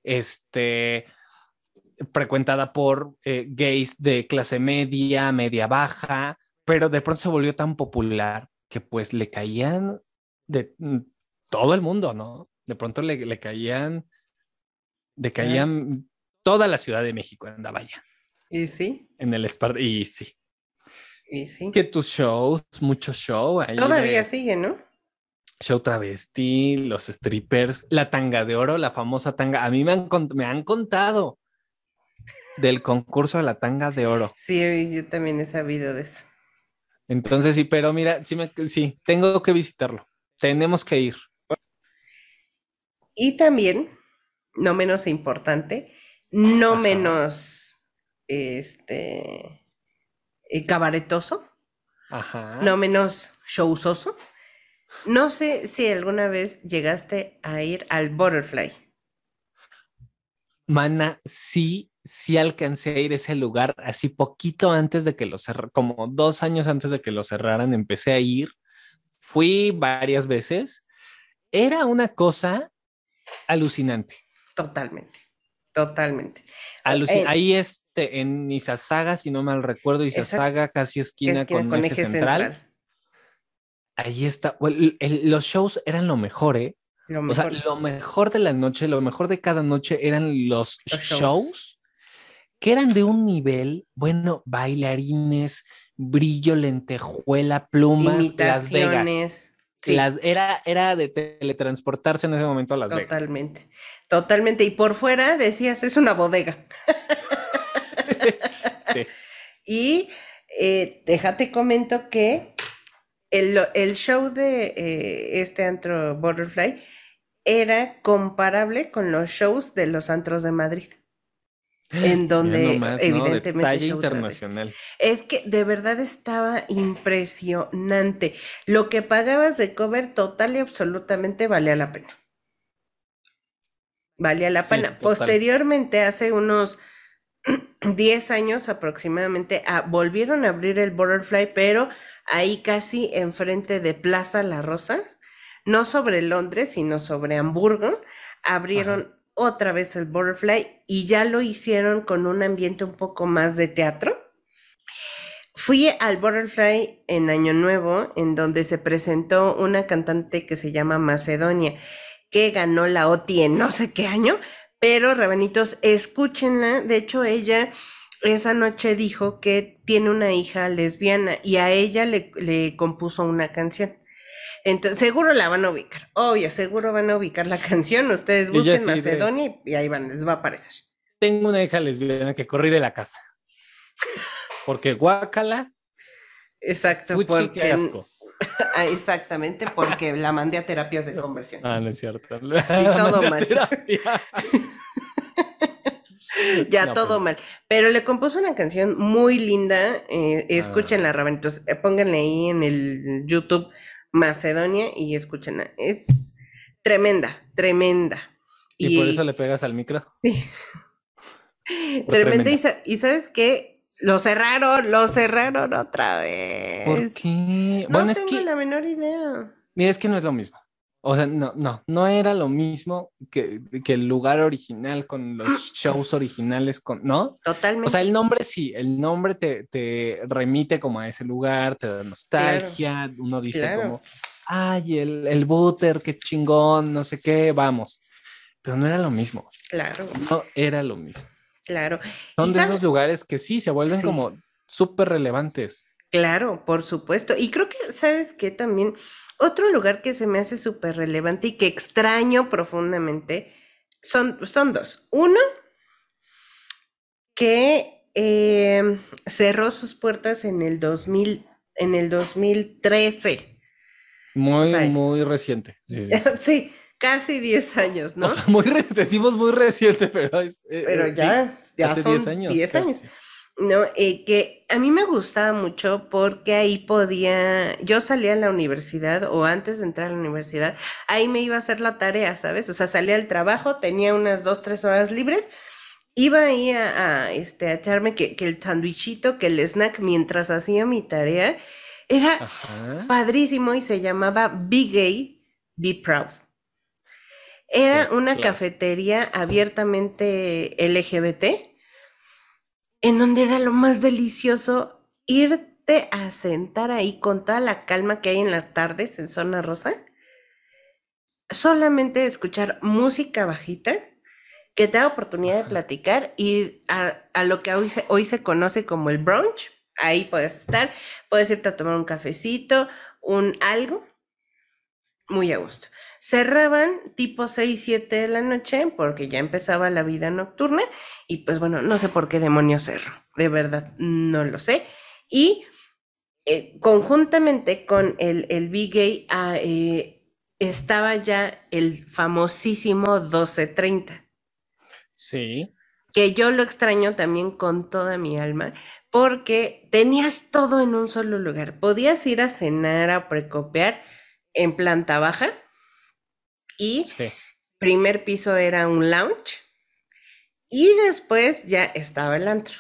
este, frecuentada por eh, gays de clase media, media baja, pero de pronto se volvió tan popular que pues le caían de mm, todo el mundo, ¿no? De pronto le, le caían, le Claro. caían toda la Ciudad de México andaba ya Y sí. en el Spartacus. Y sí, Y que sí. tus shows, mucho show ahí Todavía de sigue, ¿no? show travesti, los strippers, la tanga de oro, la famosa tanga. A mí me han, me han contado del concurso de la tanga de oro. Sí, yo también he sabido de eso. Entonces sí, pero mira, sí, me, sí, tengo que visitarlo. Tenemos que ir. Y también, no menos importante, no Ajá, menos este eh, cabaretoso, no ajá. menos showzoso. No sé si alguna vez llegaste a ir al Butterfly. Mana, sí, sí alcancé a ir a ese lugar así poquito antes de que lo cerraran, como dos años antes de que lo cerraran, empecé a ir. Fui varias veces. Era una cosa alucinante. Totalmente, totalmente. Alucin Eh, Ahí este, en Izazaga, si no mal recuerdo, exacto, Izazaga, casi que esquina esquina con con Eje eje Central. central. Ahí está. Well, el, el, los shows eran lo mejor, ¿eh? Lo O sea, mejor, lo mejor de la noche, lo mejor de cada noche eran los los shows. shows que eran de un nivel, bueno, bailarines, brillo, lentejuela, plumas, Las Vegas. Imitaciones, sí, Las, era, era de teletransportarse en ese momento a Las Vegas. totalmente, totalmente. Y por fuera decías, es una bodega. Sí. Y eh, déjate comento que el, el show de eh, este antro Butterfly era comparable con los shows de los antros de Madrid, en Mira donde nomás, ¿no? De evidentemente talla show travesti. internacional. Es que de verdad estaba impresionante. Lo que pagabas de cover total y absolutamente valía la pena. Valía la Sí, pena. total. Posteriormente, hace unos diez años aproximadamente, ah, volvieron a abrir el Butterfly, pero ahí casi enfrente de Plaza La Rosa, no sobre Londres, sino sobre Hamburgo, Ajá. abrieron otra vez el Butterfly y ya lo hicieron con un ambiente un poco más de teatro. Fui al Butterfly en Año Nuevo, en donde se presentó una cantante que se llama Macedonia. que ganó la O T I en no sé qué año, pero Rabanitos, escúchenla. De hecho, ella esa noche dijo que tiene una hija lesbiana y a ella le, le compuso una canción. Entonces, seguro la van a ubicar, obvio, seguro van a ubicar la canción. Ustedes Y yo busquen así de, Macedonia y, y ahí van, les va a aparecer. tengo una hija lesbiana que corrí de la casa. Porque guácala, Exacto, fuchi, qué porque asco. exactamente, porque la mandé a terapias de conversión. Ah, no es cierto. Sí, La todo mandé a mal. terapia. Ya No, todo pues. mal. Pero le compuso una canción muy linda. Eh, escúchenla, Ah, Rabanitos. Eh, pónganle ahí en el YouTube Macedonia y escúchenla. Es tremenda, tremenda. y por eso Y le pegas al micro. sí, Por tremenda. Y, tremenda. sa- y sabes qué, lo cerraron, lo cerraron otra ¿Por vez. qué? Bueno, No es tengo que, la menor idea. mira, es que no es lo mismo. O sea, no, no, no era lo mismo que, que el lugar original con los shows originales, con, ¿no? O sea, el Totalmente. nombre sí, el nombre te, te remite como a ese lugar, te da Claro, nostalgia, uno dice claro, como, ay, el, el Butter, qué chingón, no sé qué, vamos. Pero no era lo mismo, claro, no era lo mismo. claro. Y Son de esos sabes, lugares que sí se vuelven sí. como súper relevantes. Claro, por supuesto. Y creo que, ¿sabes qué? También otro lugar que se me hace súper relevante y que extraño profundamente son, son dos. Uno, que eh, cerró sus puertas en el dos mil, en el dos mil trece. O Muy, sea, muy reciente. Sí, sí, sí. sí, casi diez años, O ¿no? sea, muy re- decimos muy reciente, pero es, Pero eh, eh, sí, ya, ya hace diez son años diez años. casi. No, eh, que a mí me gustaba mucho porque ahí podía, yo salía a la universidad o antes de entrar a la universidad, ahí me iba a hacer la tarea, ¿sabes? O sea, salía al trabajo, tenía unas dos, tres horas libres, iba ahí a, a, este, a echarme que, que el sandwichito, que el snack mientras hacía mi tarea, era Ajá. padrísimo y se llamaba Be Gay, Be Proud. Era Sí, una claro. cafetería abiertamente L G B T en donde era lo más delicioso irte a sentar ahí con toda la calma que hay en las tardes en Zona Rosa, solamente escuchar música bajita que te da oportunidad de Ajá. platicar y a, a lo que hoy se, hoy se conoce como el brunch, ahí puedes estar, puedes irte a tomar un cafecito, un algo, muy a gusto. Cerraban tipo seis siete de la noche porque ya empezaba la vida nocturna y pues bueno, no sé por qué demonios cerró, de verdad, no lo sé. Y eh, conjuntamente con el, el Big Gay ah, eh, estaba ya el famosísimo doce treinta, Sí, que yo lo extraño también con toda mi alma, porque tenías todo en un solo lugar. Podías ir a cenar, a precopiar en planta baja y sí. primer piso era un lounge y después ya estaba el antro.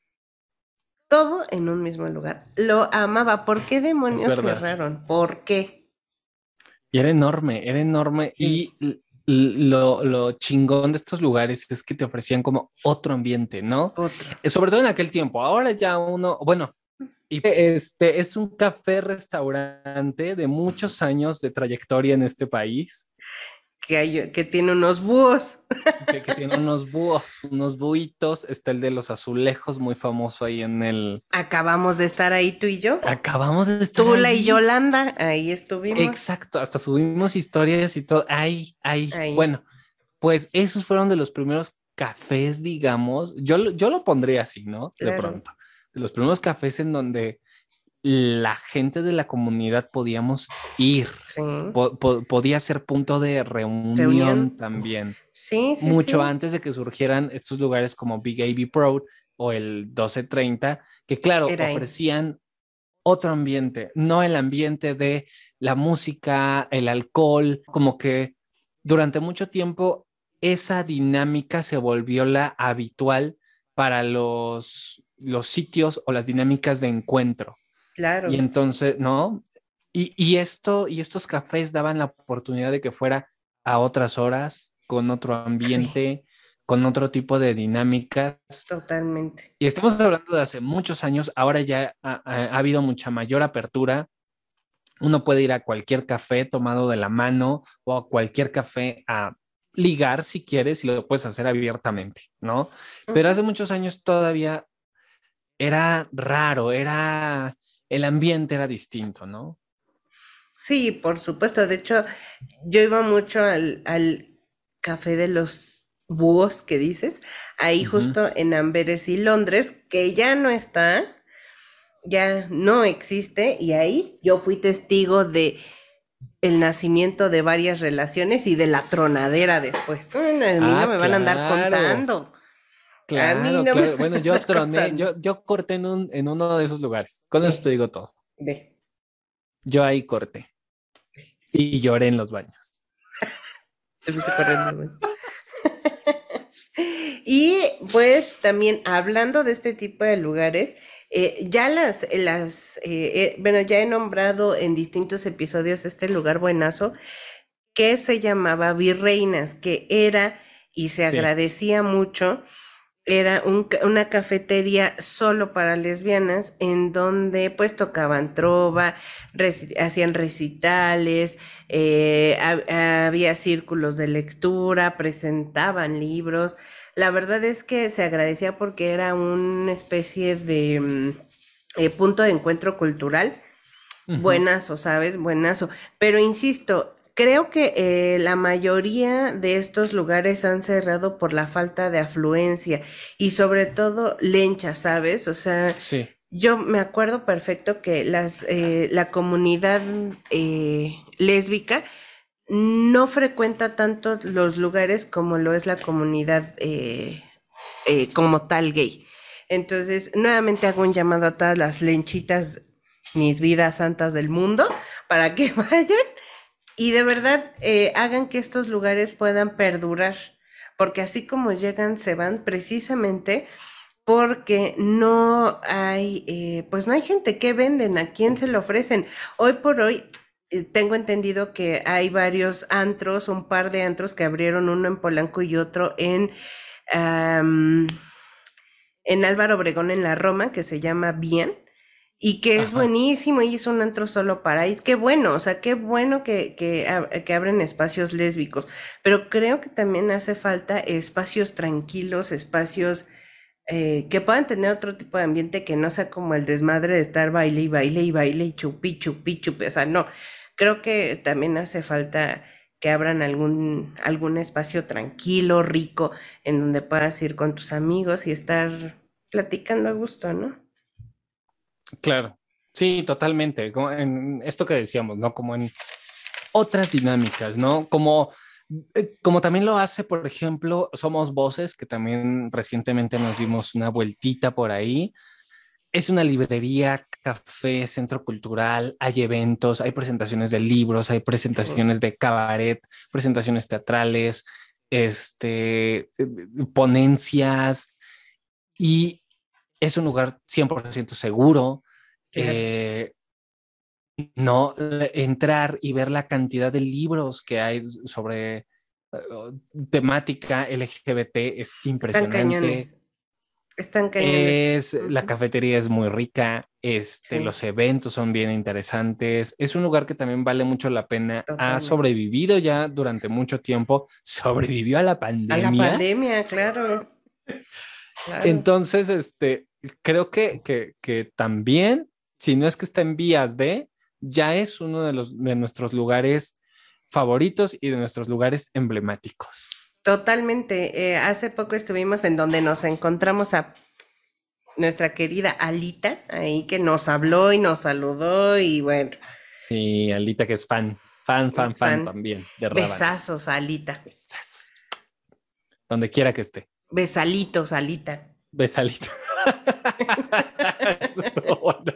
Todo en un mismo lugar. Lo amaba. ¿Por qué Es demonios verdad. cerraron? ¿Por qué? Y era enorme, era enorme. Sí, Y l- l- lo, lo chingón de estos lugares es que te ofrecían como otro ambiente, ¿no? otro. Eh, Sobre todo en aquel tiempo. Ahora ya uno, bueno, y este es un café restaurante de muchos años de trayectoria en este país. Que, hay, que tiene unos búhos. Que, que tiene unos búhos, unos buitos. Está el de los azulejos, muy famoso ahí en el. Acabamos de estar ahí tú y yo. Acabamos de estar Tula y ahí. Yolanda, ahí estuvimos. Exacto, hasta subimos historias y todo. Ahí, ahí. Ahí. Bueno, pues esos fueron de los primeros cafés, digamos. Yo, lo- yo lo pondría así, ¿no? De Claro. pronto. De los primeros cafés en donde la gente de la comunidad podíamos ir. Sí. Po- po- podía ser punto de reunión Reunión. también. Sí, sí, Mucho sí. antes de que surgieran estos lugares como Big A B Pro o el doce treinta, que claro, Era ahí. ofrecían otro ambiente, no el ambiente de la música, el alcohol, como que durante mucho tiempo esa dinámica se volvió la habitual para los, los sitios o las dinámicas de encuentro. Y Claro. entonces, ¿no? Y, y esto, y estos cafés daban la oportunidad de que fuera a otras horas, con otro Sí, ambiente, con otro tipo de dinámicas. totalmente. Y estamos hablando de hace muchos años, ahora ya ha, ha- ha habido mucha mayor apertura Uno puede ir a cualquier café tomado de la mano o a cualquier café a ligar si quieres y lo puedes hacer abiertamente, ¿no? Pero Ujú. hace muchos años todavía era raro, era, el ambiente era distinto, ¿no? Sí, por supuesto. De hecho, yo iba mucho al, al café de los búhos que dices, ahí Ujú. justo en Amberes y Londres, que ya no está, ya no existe, y ahí yo fui testigo de el nacimiento de varias relaciones y de la tronadera después. Ay, a mí no Ah, me van a andar claro, contando. A mí claro, no me claro. van Bueno, a yo andar troné, contando. yo, yo corté en un, en uno de esos lugares. Con eso te Ve, digo todo. ve. Yo ahí corté y lloré en los baños. Te fuiste corriendo, güey. Y pues también hablando de este tipo de lugares, eh, ya las, las eh, eh, bueno, ya he nombrado en distintos episodios este lugar buenazo que se llamaba Virreinas, que era y se Sí. agradecía mucho, era un ca- una cafetería solo para lesbianas en donde pues tocaban trova, reci- hacían recitales, eh, ha- había círculos de lectura, presentaban libros. La verdad es que se agradecía porque era una especie de mm, eh, punto de encuentro cultural. Ujú. Buenazo, ¿sabes? Buenazo. Pero insisto, creo que eh, la mayoría de estos lugares han cerrado por la falta de afluencia y sobre todo lencha, ¿sabes? O sea, Sí. yo me acuerdo perfecto que las, eh, la comunidad eh, lésbica no frecuenta tanto los lugares como lo es la comunidad eh, eh, como tal gay. Entonces, nuevamente hago un llamado a todas las lenchitas, mis vidas santas del mundo, para que vayan y de verdad eh, hagan que estos lugares puedan perdurar. Porque así como llegan, se van precisamente porque no hay, eh, pues no hay gente que venden, a quién se lo ofrecen. Hoy por hoy eh, tengo entendido que hay varios antros, un par de antros que abrieron, uno en Polanco y otro en um, en Álvaro Obregón en la Roma, que se llama Bien, y que es Ajá. buenísimo, y es un antro solo para is. Qué bueno, o sea, qué bueno que, que, que abren espacios lésbicos, pero creo que también hace falta espacios tranquilos, espacios eh, que puedan tener otro tipo de ambiente que no sea como el desmadre de estar baile y baile y baile y chupi, chupi, chupi. O sea, no, creo que también hace falta que abran algún, algún espacio tranquilo, rico, en donde puedas ir con tus amigos y estar platicando a gusto, ¿no? Claro. Sí, totalmente. Como en esto que decíamos, ¿no? Como en otras dinámicas, ¿no? Como, eh, como también lo hace, por ejemplo, Somos Voces, que también recientemente nos dimos una vueltita por ahí. Es una librería, café, centro cultural, hay eventos, hay presentaciones de libros, hay Sí, presentaciones de cabaret, presentaciones teatrales, este, eh, ponencias, y es un lugar cien por ciento seguro. claro. eh, no eh, entrar y ver la cantidad de libros que hay sobre eh, temática L G B T es Están impresionante. cañones, están cañones. Es, la Ujú. cafetería es muy rica, este, Sí, los eventos son bien interesantes. Es un lugar que también vale mucho la pena. Ha totalmente. sobrevivido ya durante mucho tiempo, sobrevivió a la A la pandemia. pandemia, claro, claro. Entonces, este, creo que, que, que también, si no es que está en vías de, ya es uno de los de nuestros lugares favoritos y de nuestros lugares emblemáticos. Totalmente. Eh, hace poco estuvimos en donde nos encontramos a nuestra querida Alita, ahí que nos habló y nos saludó y bueno, Sí, Alita que es fan, fan, fan, es fan fan. también de Rábanos. Besazos, Alita. Besazos. Donde quiera que esté. Besalitos, Alita. Besalito. Eso estuvo bueno.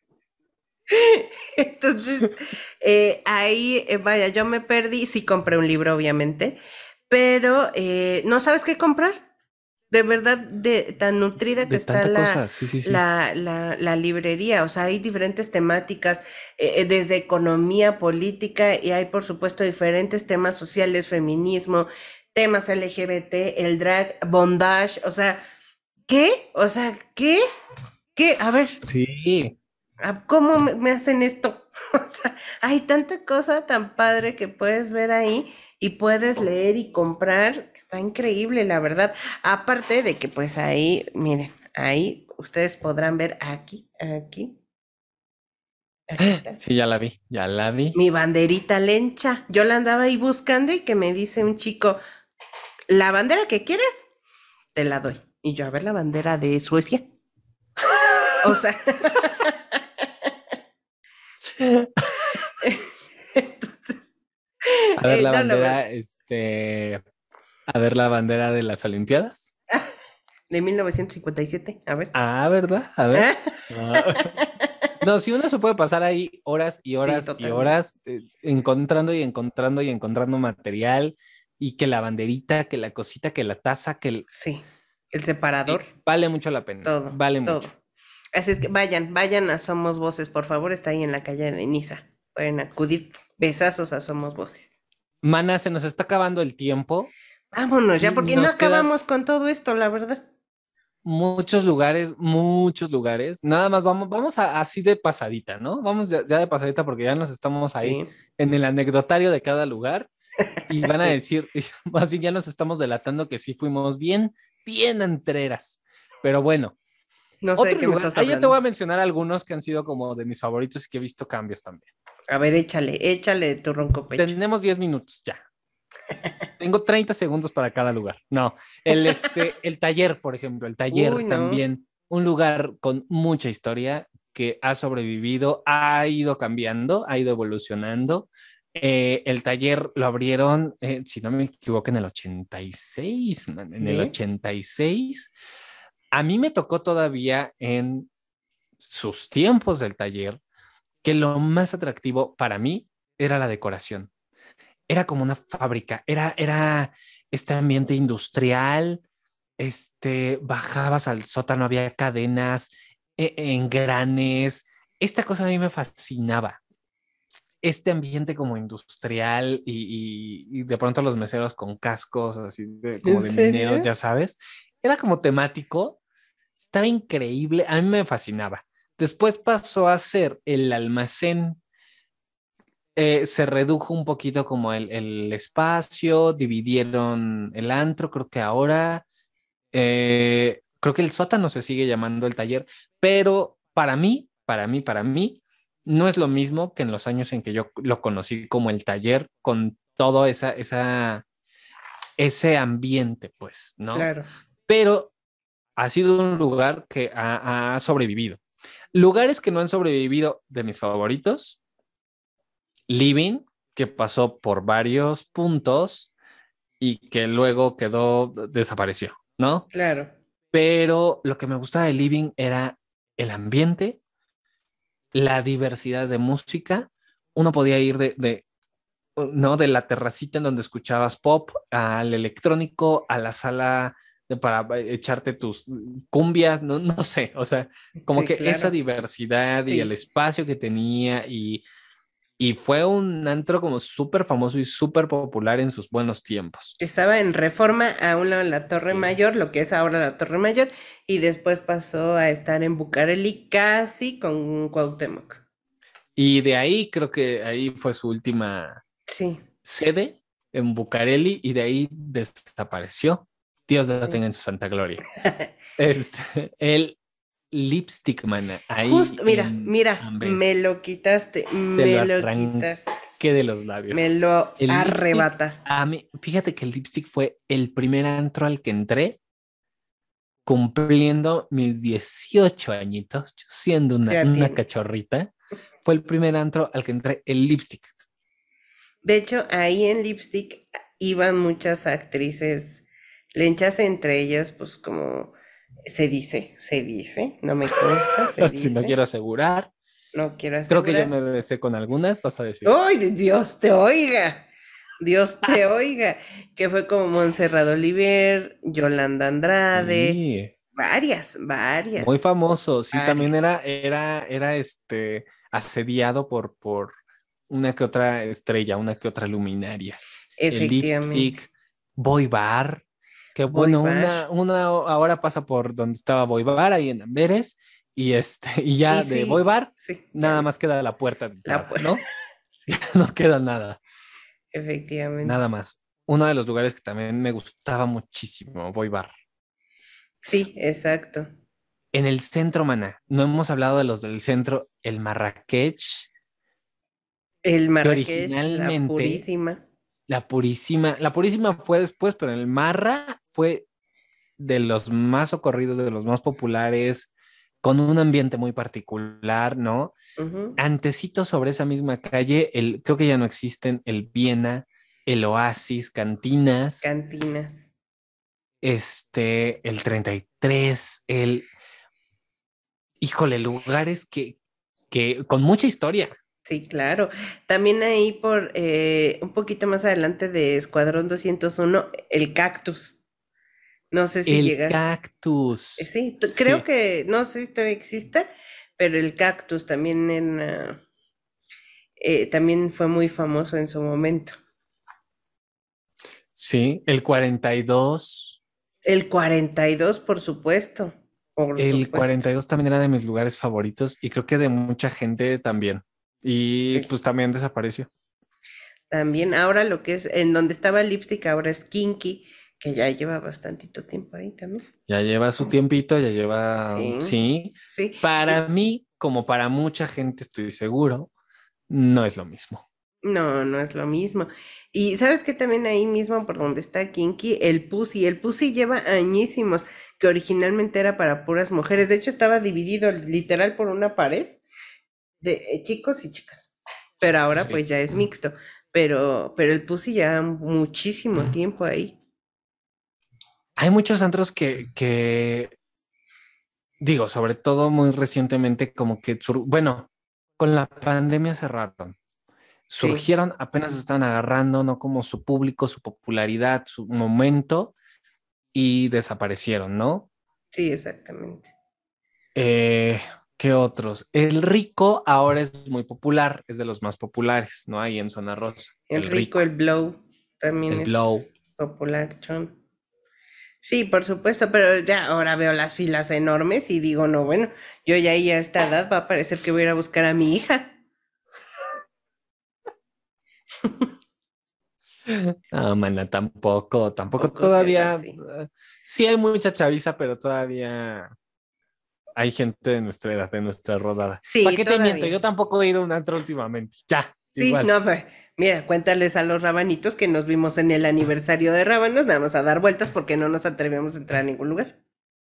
Entonces, eh, ahí, eh, vaya, yo me perdí, sí compré un libro, obviamente, pero eh, no sabes qué comprar. De verdad, de tan nutrida que De está tanta la, cosa, sí, sí, sí. la, la, la librería, o sea, hay diferentes temáticas, eh, eh, desde economía, política, y hay, por supuesto, diferentes temas sociales, feminismo, temas L G B T, el drag, bondage, o sea, ¿qué? O sea, ¿qué? ¿Qué? A ver, Sí. Ah, ¿cómo me, me hacen esto? O sea, hay tanta cosa tan padre que puedes ver ahí y puedes leer y comprar. Está increíble, la verdad. Aparte de que pues ahí, miren, ahí ustedes podrán ver aquí, aquí, aquí está. Sí, ya la vi, ya la vi. Mi banderita lencha. Yo la andaba ahí buscando y que me dice un chico, ¿la bandera que quieres? Te la doy. Y yo, a ver la bandera de Suecia. O sea, A ver eh, la no, la verdad, bandera, este, a ver la bandera de las Olimpiadas. de mil novecientos cincuenta y siete, a ver. Ah, ¿verdad? A ver. Ah. No, si uno se puede pasar ahí horas y Sí, horas y totalmente. horas eh, encontrando y encontrando y encontrando material y que la banderita, que la cosita, que la taza, que el... Sí, el separador, Sí, vale mucho la pena, todo, vale todo. mucho. Así es que vayan, vayan a Somos Voces, por favor, está ahí en la calle de Niza. Pueden acudir. Besazos a Somos Voces. Mana, se nos está acabando el tiempo Vámonos ya, y porque no nos quedan acabamos con todo esto, la verdad. muchos lugares, muchos lugares. Nada más vamos, vamos a, así de pasadita, ¿no? Vamos ya, ya de pasadita porque ya nos estamos ahí Sí, en el anecdotario de cada lugar y van a sí. decir, así ya nos estamos delatando que sí fuimos bien, bien antreras. Pero bueno, No sé de otro qué me lugar, estás ahí ya te hablando. voy a mencionar algunos que han sido como de mis favoritos y que he visto cambios también. A ver, échale, échale tu ronco pecho. Tenemos diez minutos ya. Tengo treinta segundos para cada lugar. No, el, este, el taller, por ejemplo, el taller Uy, no. también, un lugar con mucha historia que ha sobrevivido, ha ido cambiando, ha ido evolucionando. Eh, el taller lo abrieron, eh, si no me equivoco, en el ochenta y seis, man, en el ¿Ve? ochenta y seis. A mí me tocó todavía en sus tiempos del taller que lo más atractivo para mí era la decoración. Era como una fábrica, era, era este ambiente industrial, este, bajabas al sótano, había cadenas, e- engranes, esta cosa a mí me fascinaba, este ambiente como industrial y, y- y de pronto los meseros con cascos, así de- como ¿En de mineros, serio? ya sabes, era como temático, estaba increíble, a mí me fascinaba. Después pasó a ser el almacén, eh, se redujo un poquito como el, el espacio, dividieron el antro, creo que ahora, eh, creo que el sótano se sigue llamando el taller, pero para mí, para mí, para mí, no es lo mismo que en los años en que yo lo conocí como el taller, con todo esa, esa, ese ambiente, pues, ¿no? Claro. Pero ha sido un lugar que ha, ha sobrevivido. Lugares que no han sobrevivido de mis favoritos, Living, que pasó por varios puntos y que luego quedó, desapareció, ¿no? Claro. Pero lo que me gustaba de Living era el ambiente, la diversidad de música. Uno podía ir de, de, ¿no? De la terracita en donde escuchabas pop al electrónico, a la sala de, para echarte tus cumbias, no, no sé, o sea, como Sí, que esa claro. diversidad y el Sí. espacio que tenía y y fue un antro como súper famoso y súper popular en sus buenos tiempos. Estaba en Reforma, a un lado de la Torre Sí. Mayor, lo que es ahora la Torre Mayor, y después pasó a estar en Bucareli casi con Cuauhtémoc. Y de ahí creo que ahí fue su última Sí, sede en Bucareli y de ahí desapareció. Dios lo sí. tenga en su santa gloria. Este, el Lipstick Man ahí Justo, mira, en mira, me lo Amberes. quitaste, Te lo me lo arranqué quitaste, de los me labios. lo El Lipstick, arrebataste. a mí, fíjate que el Lipstick fue el primer antro al que entré cumpliendo mis dieciocho añitos, yo siendo una, Ya una tiene. cachorrita, fue el primer antro al que entré el lipstick. De hecho, ahí en Lipstick iban muchas actrices lenchas, entre ellas, pues como se dice, se dice, no me consta, se Si no dice, quiero asegurar, no quiero creo que yo me asegurar. besé con algunas, vas a decir. ¡Ay, Dios te oiga! Dios te oiga, que fue como Montserrat Olivier, Yolanda Andrade, Sí, varias, muy varias, famoso. Sí, también varias. era, era, era este asediado por, por una que otra estrella, una que otra luminaria. El Efectivamente. lipstick, Boy Bar, que Boy bueno, Bar. una, una ahora pasa por donde estaba Boy Bar, ahí en Amberes, y este, y ya Y de sí, Boy Bar, sí, nada ya, más queda la puerta de la entrada, puerta. ¿no? Ya Sí, no queda nada, nada efectivamente. más. Uno de los lugares que también me gustaba muchísimo, Boy Bar. Sí, exacto. En el centro, mana, no hemos hablado de los del centro, el Marrakech, El que Marrakech, la originalmente purísima. la Purísima, la Purísima fue después, pero en el Marra fue de los más socorridos, de los más populares, con un ambiente muy particular, ¿no? Ujú. Antecito sobre esa misma calle, el, creo que ya no existen, el Viena, el Oasis, cantinas, Cantinas. este, el treinta y tres, el, híjole, lugares que, que con mucha historia. Sí, claro. También ahí por eh, un poquito más adelante de Escuadrón doscientos uno, el Cactus. No sé si El llegaste. Eh, cactus, Sí, t- creo sí, que, no sé si todavía existe, pero el Cactus también en, ah, eh, también fue muy famoso en su momento. sí, el cuarenta y dos. El cuarenta y dos, por supuesto, por El supuesto. cuarenta y dos también era de mis lugares favoritos y creo que de mucha gente también. Y Sí, pues también desapareció. también ahora lo que es, en donde estaba el Lipstick, ahora es Kinky, que ya lleva bastantito tiempo ahí también. Ya lleva su tiempito, ya lleva, Sí, sí. sí. Para Y mí, como para mucha gente, estoy seguro, no es lo mismo. no, no es lo mismo. Y sabes que también ahí mismo por donde está Kinky, el Pussy, el Pussy lleva añísimos, que originalmente era para puras mujeres. De hecho, estaba dividido literal por una pared de eh, chicos y chicas. Pero ahora Sí. pues ya es mixto. Pero, pero el Pussy ya muchísimo tiempo ahí. Hay muchos antros que, que, digo, sobre todo muy recientemente, como que, sur- bueno, con la pandemia cerraron. Sí, Surgieron, apenas están agarrando, ¿no? Como su público, su popularidad, su momento y desaparecieron, ¿no? sí, exactamente. Eh, ¿Qué otros? El Rico ahora es muy popular, es de los más populares, ¿no? Ahí en Zona Rosa, El el Rico, Rico, el Blow, también el es Blow. popular, chon. Sí, por supuesto, pero ya ahora veo las filas enormes y digo, no, bueno, yo ya ahí a esta edad va a parecer que voy a ir a buscar a mi hija. Ah, mana, tampoco, tampoco Poco seas todavía. así. eh, Sí hay mucha chaviza, pero todavía hay gente de nuestra edad, de nuestra rodada. ¿Para Sí, qué te miento? todavía. Yo tampoco he ido a un antro últimamente. Ya, Sí, igual. no, pues, mira, cuéntales a los rabanitos que nos vimos en el aniversario de Rábanos, nada más a dar vueltas porque no nos atrevemos a entrar a ningún lugar.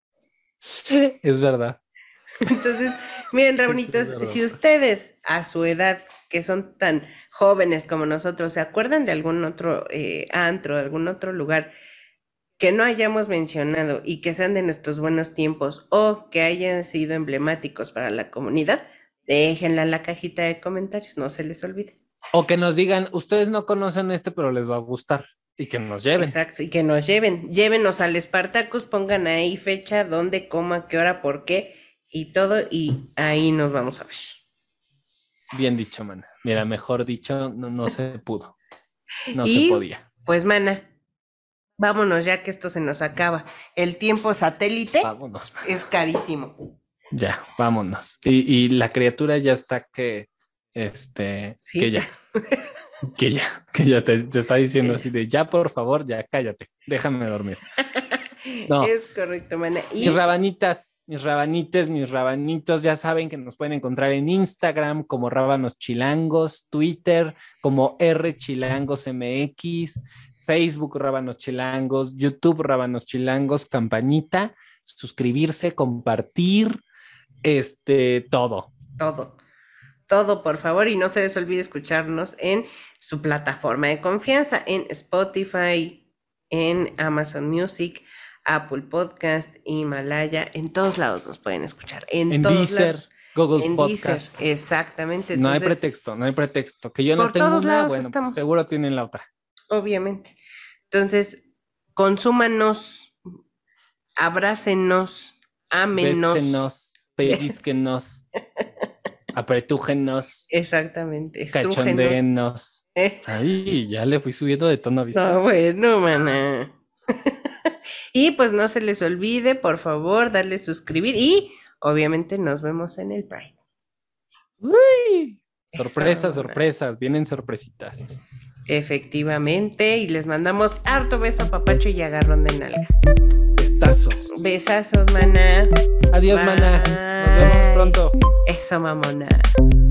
Es verdad. Entonces, miren, Eso es rabanitos, verdad. si ustedes a su edad, que son tan jóvenes como nosotros, se acuerdan de algún otro eh, antro, de algún otro lugar que no hayamos mencionado y que sean de nuestros buenos tiempos o que hayan sido emblemáticos para la comunidad, déjenla en la cajita de comentarios, no se les olvide. O que nos digan, ustedes no conocen este, pero les va a gustar y que nos lleven. Exacto, y que nos lleven, llévenos al Spartacus, pongan ahí fecha, dónde, cómo, a qué hora, por qué y todo, y ahí nos vamos a ver. Bien dicho, mana. Mira, mejor dicho, no, no se pudo. No se Y podía. pues, mana, vámonos ya que esto se nos acaba. El tiempo satélite Vámonos, man. es carísimo. Ya, vámonos. Y, y la criatura ya está que, este, Sí, que ya. ya, que ya, que ya te, te está diciendo así de ya, por favor, ya cállate, déjame dormir. No, Es correcto, mana. mis Y rabanitas, mis rabanites, mis rabanitos, ya saben que nos pueden encontrar en Instagram como Rábanos Chilangos, Twitter como R Chilangos M X, Facebook Rábanos Chilangos, YouTube Rábanos Chilangos, campanita, suscribirse, compartir, este, todo. todo, todo, por favor, y no se les olvide escucharnos en su plataforma de confianza, en Spotify, en Amazon Music, Apple Podcast, Himalaya, en todos lados nos pueden escuchar, en En todos Deezer, lados, Google en Deezer, Podcast. exactamente. No hay Entonces, pretexto, no hay pretexto. Que yo no por tengo todos una, lados bueno, pues estamos, seguro tienen la otra. obviamente. Entonces, consúmanos, abrácenos, ámenos. Béstenos, pellizquenos, apretújenos, Exactamente, estrúgenos. cachondeenos. Ay, ya le fui subiendo de tono, ¿viste? No, bueno, maná. Y pues no se les olvide, por favor, darle suscribir y obviamente nos vemos en el Pride. Uy, sorpresas, Eso, sorpresas, vienen sorpresitas. Efectivamente, y les mandamos harto beso a papacho y agarrón de nalga. Besazos. Besazos, mana. Adiós, Bye. mana. Nos vemos pronto. Eso, mamona.